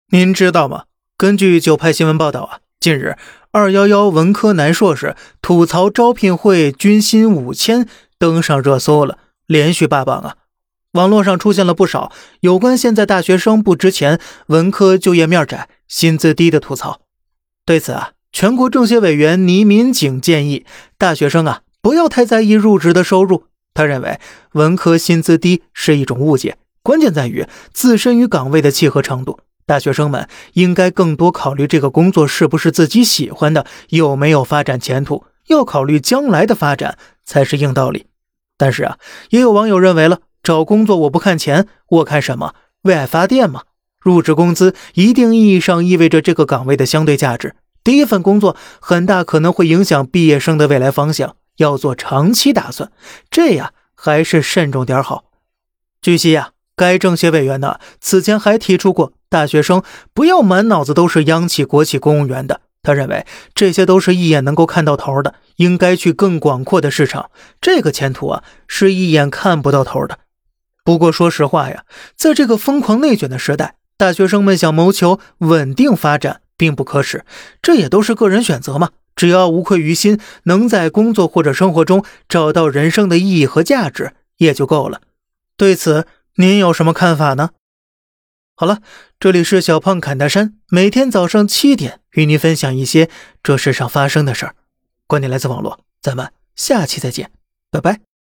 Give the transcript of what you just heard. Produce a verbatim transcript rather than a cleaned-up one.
您知道吗？根据九派新闻报道啊，近日二一一文科男硕士吐槽招聘会均薪五千登上热搜了，连续霸榜啊！网络上出现了不少有关现在大学生不值钱、文科就业面窄、薪资低的吐槽。对此啊，全国政协委员倪民警建议大学生啊不要太在意入职的收入。他认为文科薪资低是一种误解，关键在于自身与岗位的契合程度。大学生们应该更多考虑这个工作是不是自己喜欢的，有没有发展前途，要考虑将来的发展才是硬道理。但是啊，也有网友认为了，找工作我不看钱，我看什么？为爱发电吗？入职工资一定意义上意味着这个岗位的相对价值，第一份工作很大可能会影响毕业生的未来方向，要做长期打算，这呀还是慎重点好。据悉呀，该政协委员呢此前还提出过大学生不要满脑子都是央企、国企、公务员的，他认为这些都是一眼能够看到头的，应该去更广阔的市场，这个前途啊是一眼看不到头的。不过说实话呀，在这个疯狂内卷的时代，大学生们想谋求稳定发展并不可耻，这也都是个人选择嘛，只要无愧于心，能在工作或者生活中找到人生的意义和价值也就够了。对此您有什么看法呢？好了，这里是小胖侃大山，每天早上七点与您分享一些这世上发生的事儿。观点来自网络，咱们下期再见，拜拜。